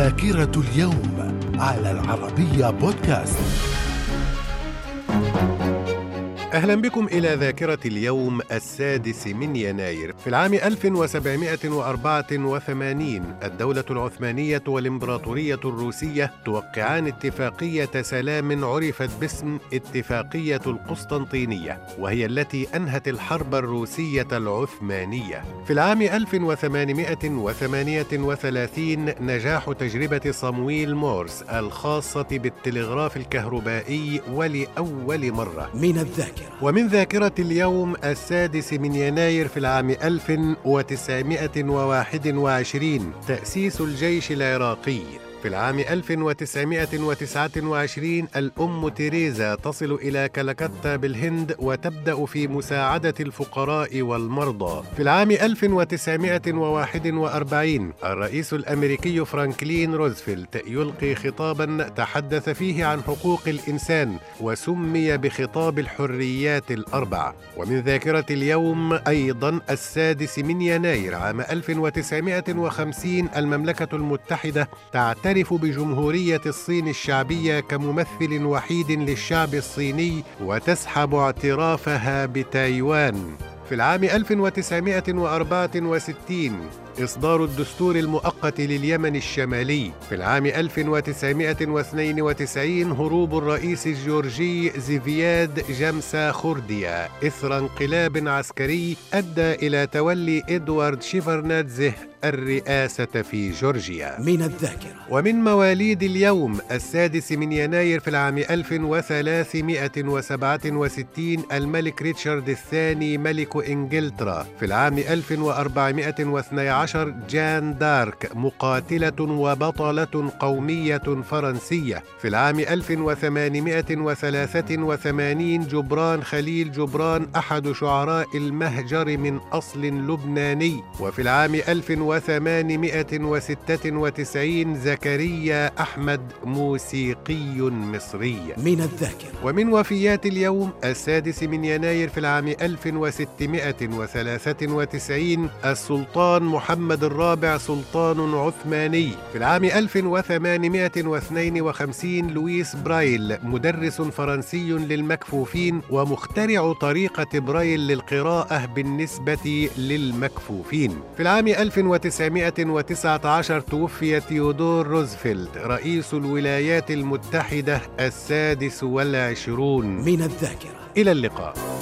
ذاكرة اليوم على العربية بودكاست. أهلا بكم إلى ذاكرة اليوم 6 من يناير. في العام 1784 الدولة العثمانية والإمبراطورية الروسية توقعان اتفاقية سلام عرفت باسم اتفاقية القسطنطينية، وهي التي أنهت الحرب الروسية العثمانية. في العام 1838 نجاح تجربة صمويل مورس الخاصة بالتلغراف الكهربائي ولأول مرة. من الذاكرة. ومن ذاكرة اليوم 6 من يناير في العام 1921 تأسيس الجيش العراقي. في العام 1929 الأم تيريزا تصل إلى كالكتا بالهند وتبدأ في مساعدة الفقراء والمرضى. في العام 1941 الرئيس الأمريكي فرانكلين روزفلت يلقي خطاباً تحدث فيه عن حقوق الإنسان وسمي بخطاب الحريات الأربع. ومن ذاكرة اليوم أيضاً 6 من يناير عام 1950 المملكة المتحدة تعترف بجمهورية الصين الشعبية كممثل وحيد للشعب الصيني وتسحب اعترافها بتايوان. في العام 1964 إصدار الدستور المؤقت لليمن الشمالي. في العام 1992 هروب الرئيس الجورجي زيفياد جمساخورديا إثر انقلاب عسكري أدى إلى تولي إدوارد شيفرنادزه الرئاسة في جورجيا. من الذاكرة. ومن مواليد اليوم 6 من يناير في العام 1367 الملك ريتشارد الثاني ملك إنجلترا. في العام 1412 جان دارك مقاتلة وبطلة قومية فرنسية. في العام 1883 جبران خليل جبران أحد شعراء المهجر من أصل لبناني. وفي العام 1896 زكريا أحمد موسيقي مصري. من الذاكرة. ومن وفيات اليوم 6 من يناير في العام 1693 السلطان محمد الرابع سلطان عثماني. في العام 1852 لويس برايل مدرس فرنسي للمكفوفين ومخترع طريقة برايل للقراءة بالنسبة للمكفوفين. في العام 1919 توفي تيودور روزفلت رئيس الولايات المتحدة 26. من الذاكرة. إلى اللقاء.